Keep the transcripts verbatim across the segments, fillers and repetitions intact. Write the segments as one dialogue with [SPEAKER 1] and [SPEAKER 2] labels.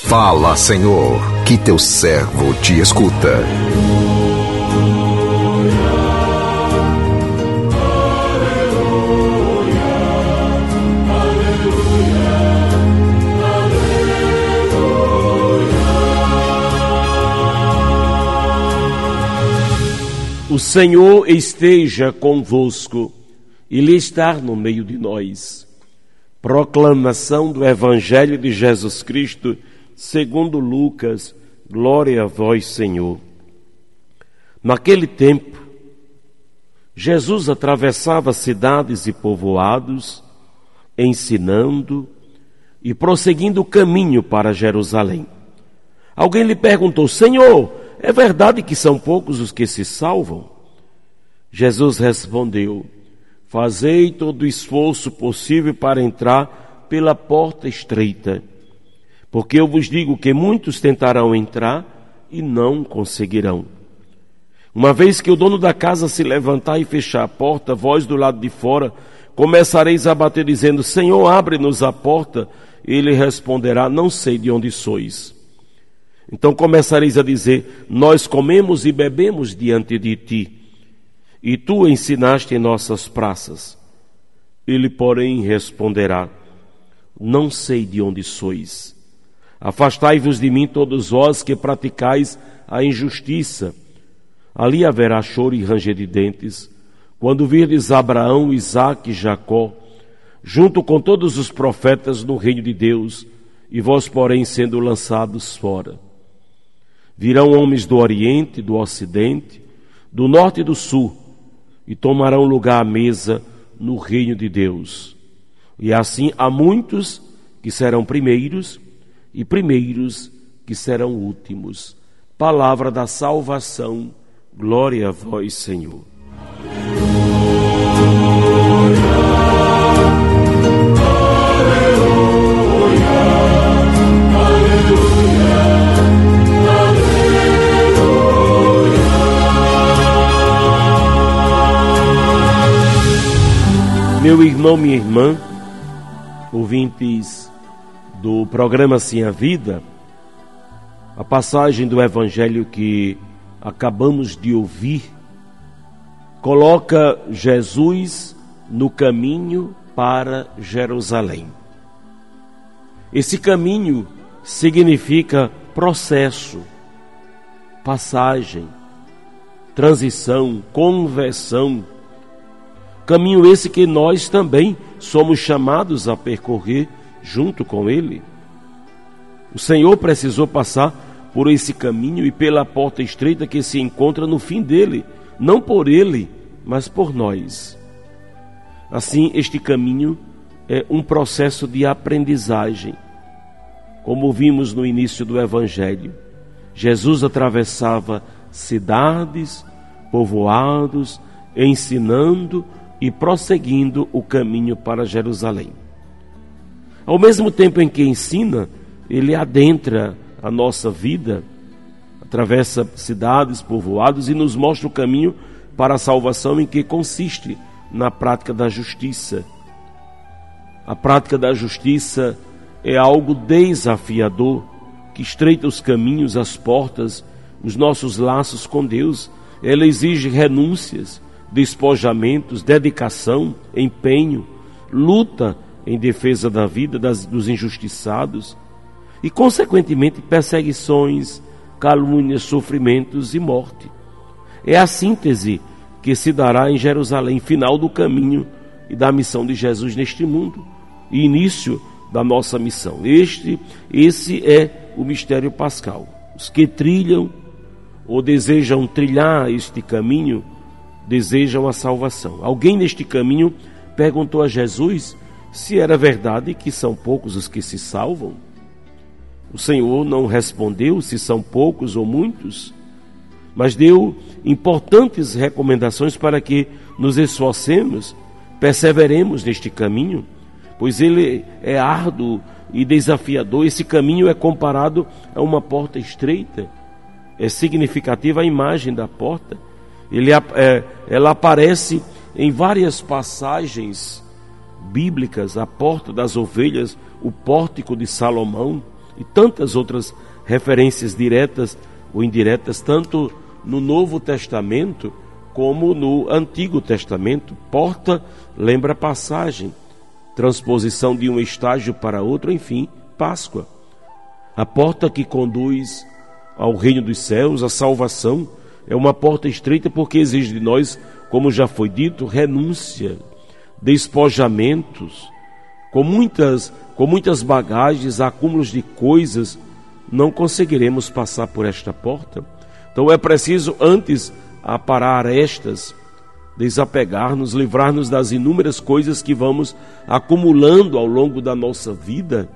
[SPEAKER 1] Fala, Senhor, que teu servo te escuta.
[SPEAKER 2] O Senhor esteja convosco, Ele está no meio de nós. Proclamação do Evangelho de Jesus Cristo, segundo Lucas. Glória a vós, Senhor. Naquele tempo, Jesus atravessava cidades e povoados, ensinando e prosseguindo o caminho para Jerusalém. Alguém lhe perguntou: Senhor, é verdade que são poucos os que se salvam? Jesus respondeu: fazei todo o esforço possível para entrar pela porta estreita, porque eu vos digo que muitos tentarão entrar e não conseguirão. Uma vez que o dono da casa se levantar e fechar a porta, vós do lado de fora começareis a bater dizendo: Senhor, abre-nos a porta. Ele responderá: não sei de onde sois. Então começareis a dizer: nós comemos e bebemos diante de ti, e tu ensinaste em nossas praças. Ele, porém, responderá: não sei de onde sois. Afastai-vos de mim, todos vós que praticais a injustiça. Ali haverá choro e ranger de dentes, quando virdes Abraão, Isaque e Jacó, junto com todos os profetas no reino de Deus, e vós, porém, sendo lançados fora. Virão homens do Oriente, do Ocidente, do Norte e do Sul, e tomarão lugar à mesa no reino de Deus. E assim há muitos que serão primeiros, e primeiros que serão últimos. Palavra da salvação, glória a vós, Senhor. Meu irmão, minha irmã, ouvintes do programa Sim a Vida, a passagem do Evangelho que acabamos de ouvir coloca Jesus no caminho para Jerusalém. Esse caminho significa processo, passagem, transição, conversão. Caminho esse que nós também somos chamados a percorrer junto com Ele. O Senhor precisou passar por esse caminho e pela porta estreita que se encontra no fim dele, não por Ele, mas por nós. Assim, este caminho é um processo de aprendizagem. Como vimos no início do Evangelho, Jesus atravessava cidades, povoados, ensinando e prosseguindo o caminho para Jerusalém. Ao mesmo tempo em que ensina, ele adentra a nossa vida, atravessa cidades, povoados e nos mostra o caminho para a salvação, em que consiste na prática da justiça. A prática da justiça é algo desafiador, que estreita os caminhos, as portas, os nossos laços com Deus. Ela exige renúncias, despojamentos, dedicação, empenho, luta em defesa da vida das, dos injustiçados e, consequentemente, perseguições, calúnias, sofrimentos e morte. É a síntese que se dará em Jerusalém, final do caminho e da missão de Jesus neste mundo e início da nossa missão. Este, esse é o mistério pascal. Os que trilham ou desejam trilhar este caminho desejam a salvação. Alguém neste caminho perguntou a Jesus se era verdade que são poucos os que se salvam. O Senhor não respondeu se são poucos ou muitos, mas deu importantes recomendações para que nos esforcemos, perseveremos neste caminho, pois ele é árduo e desafiador. Esse caminho é comparado a uma porta estreita. É significativa a imagem da porta. Ele, é, ela aparece em várias passagens bíblicas: a porta das ovelhas, o pórtico de Salomão, e tantas outras referências diretas ou indiretas, tanto no Novo Testamento como no Antigo Testamento. Porta lembra passagem, transposição de um estágio para outro, enfim, Páscoa. A porta que conduz ao reino dos céus, a salvação, é uma porta estreita porque exige de nós, como já foi dito, renúncia, despojamentos, com muitas, com muitas bagagens, acúmulos de coisas, não conseguiremos passar por esta porta. Então é preciso antes aparar arestas, desapegar-nos, livrar-nos das inúmeras coisas que vamos acumulando ao longo da nossa vida,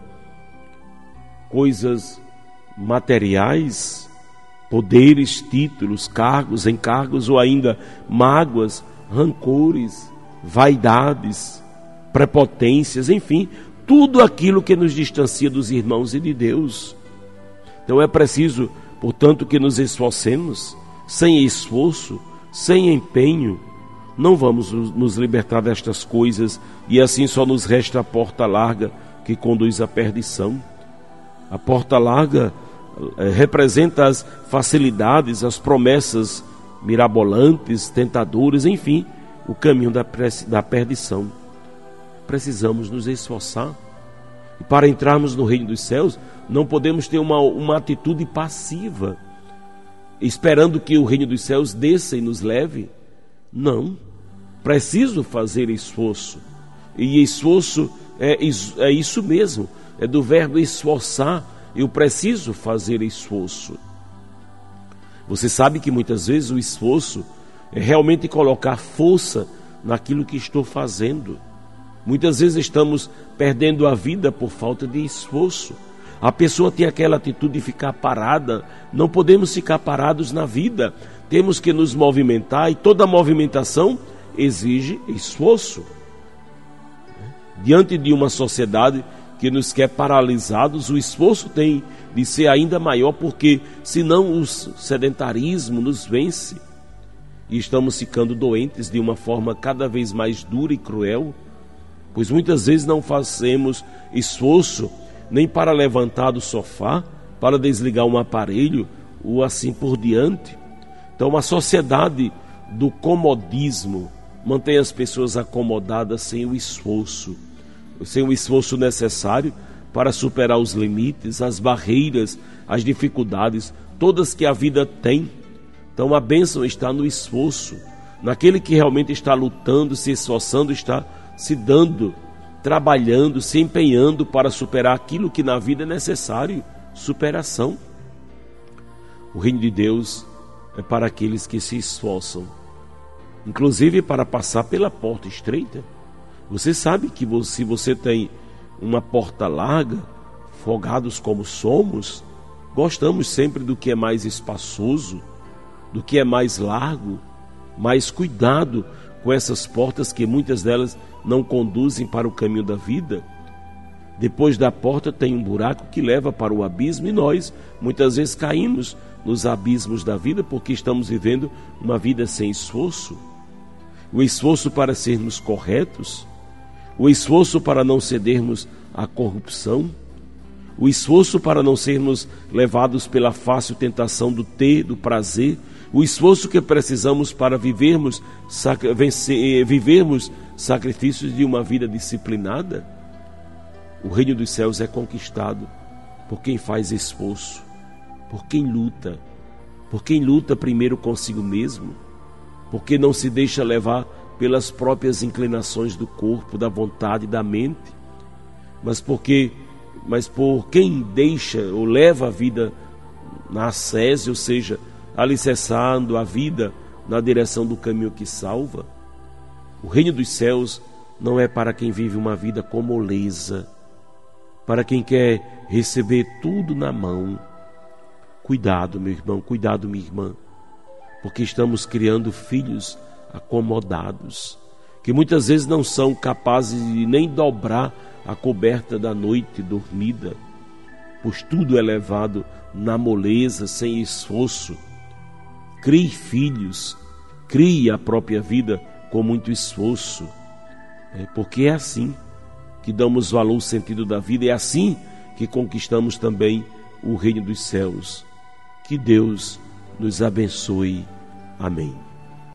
[SPEAKER 2] coisas materiais, poderes, títulos, cargos, encargos ou ainda mágoas, rancores, vaidades, prepotências, enfim, tudo aquilo que nos distancia dos irmãos e de Deus. Então é preciso, portanto, que nos esforcemos. Sem esforço, sem empenho, não vamos nos libertar destas coisas, e assim só nos resta a porta larga que conduz à perdição. A porta larga eh, representa as facilidades, as promessas mirabolantes, tentadoras, enfim, o caminho da, da perdição. Precisamos nos esforçar. E para entrarmos no reino dos céus, não podemos ter uma, uma atitude passiva, esperando que o reino dos céus desça e nos leve. Não. Preciso fazer esforço. E esforço é isso, é isso mesmo. É do verbo esforçar. Eu preciso fazer esforço. Você sabe que muitas vezes o esforço é realmente colocar força naquilo que estou fazendo. Muitas vezes estamos perdendo a vida por falta de esforço. A pessoa tem aquela atitude de ficar parada. Não podemos ficar parados na vida. Temos que nos movimentar, e toda movimentação exige esforço. Diante de uma sociedade que nos quer paralisados, o esforço tem de ser ainda maior, porque senão o sedentarismo nos vence e estamos ficando doentes de uma forma cada vez mais dura e cruel, pois muitas vezes não fazemos esforço nem para levantar do sofá, para desligar um aparelho ou assim por diante. Então a sociedade do comodismo mantém as pessoas acomodadas sem o esforço, sem o esforço necessário para superar os limites, as barreiras, as dificuldades, todas que a vida tem. Então a bênção está no esforço, naquele que realmente está lutando, se esforçando, está se dando, trabalhando, se empenhando para superar aquilo que na vida é necessário, superação. O reino de Deus é para aqueles que se esforçam, inclusive para passar pela porta estreita. Você sabe que você, se você tem uma porta larga, folgados como somos, gostamos sempre do que é mais espaçoso, do que é mais largo, mas cuidado com essas portas, que muitas delas não conduzem para o caminho da vida. Depois da porta tem um buraco que leva para o abismo, e nós muitas vezes caímos nos abismos da vida porque estamos vivendo uma vida sem esforço. O esforço para sermos corretos, o esforço para não cedermos à corrupção, o esforço para não sermos levados pela fácil tentação do ter, do prazer, o esforço que precisamos para vivermos, sacri- vencer, vivermos sacrifícios de uma vida disciplinada. O reino dos céus é conquistado por quem faz esforço, por quem luta, por quem luta primeiro consigo mesmo, porque não se deixa levar pelas próprias inclinações do corpo, da vontade, da mente, mas porque, mas por quem deixa ou leva a vida na ascese, ou seja, alicerçando a vida na direção do caminho que salva. O reino dos céus não é para quem vive uma vida com moleza, para quem quer receber tudo na mão. Cuidado, meu irmão, cuidado, minha irmã, porque estamos criando filhos acomodados, que muitas vezes não são capazes de nem dobrar a coberta da noite dormida, pois tudo é levado na moleza, sem esforço. Crie filhos, crie a própria vida com muito esforço, é porque é assim que damos valor ao sentido da vida, é assim que conquistamos também o reino dos céus. Que Deus nos abençoe. Amém.